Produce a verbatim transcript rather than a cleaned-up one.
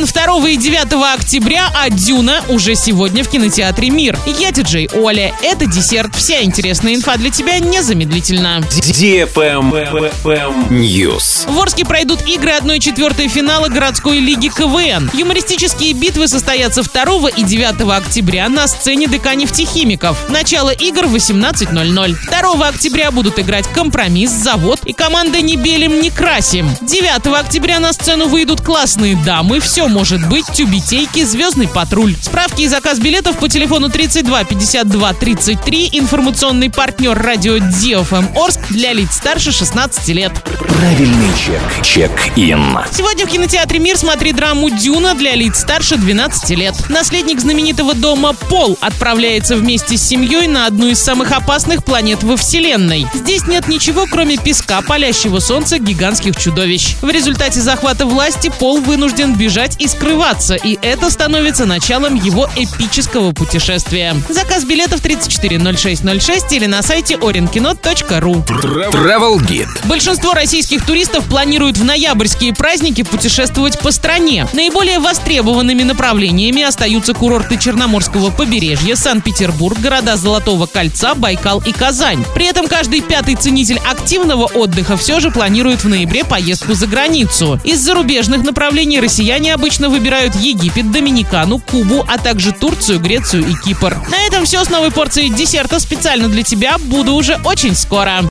«Орион» второго и девятого октября, а «Дюна» уже сегодня в кинотеатре «Мир». Я диджей Оля. Это десерт. Вся интересная инфа для тебя незамедлительно. News. В Орске пройдут игры одной четвертой финала городской лиги КВН. Юмористические битвы состоятся второго и девятого октября на сцене ДК «Нефтехимиков». Начало игр в восемнадцать ноль ноль. второго октября будут играть «Компромисс», «Завод» и команда «Не белим, не красим». девятого октября на сцену выйдут «Классные дамы», «Все может быть», «Тюбетейки», «Звездный патруль». Справки и заказ билетов по телефону тридцать два пятьдесят два тридцать три. Информационный партнер радио ди эф эм Орск для лиц старше шестнадцати лет. Правильный чек. Чек-ин. Сегодня в кинотеатре «Мир» смотри драму «Дюна» для лиц старше двенадцати лет. Наследник знаменитого дома Пол отправляется вместе с семьей на одну из самых опасных планет во Вселенной. Здесь нет ничего, кроме песка, палящего солнца, гигантских чудовищ. В результате захвата власти Пол вынужден бежать и скрываться, и это становится началом его эпического путешествия. Заказ билетов тридцать четыре ноль шесть ноль шесть или на сайте оренкино точка ру. Travel Guide. Большинство российских туристов планируют в ноябрьские праздники путешествовать по стране. Наиболее востребованными направлениями остаются курорты Черноморского побережья, Санкт-Петербург, города Золотого кольца, Байкал и Казань. При этом каждый пятый ценитель активного отдыха все же планирует в ноябре поездку за границу. Из зарубежных направлений россияне обычно выбирают Египет, Доминикану, Кубу, а также Турцию, Грецию и Кипр. На этом все с новой порцией десерта специально для тебя. Буду уже очень скоро.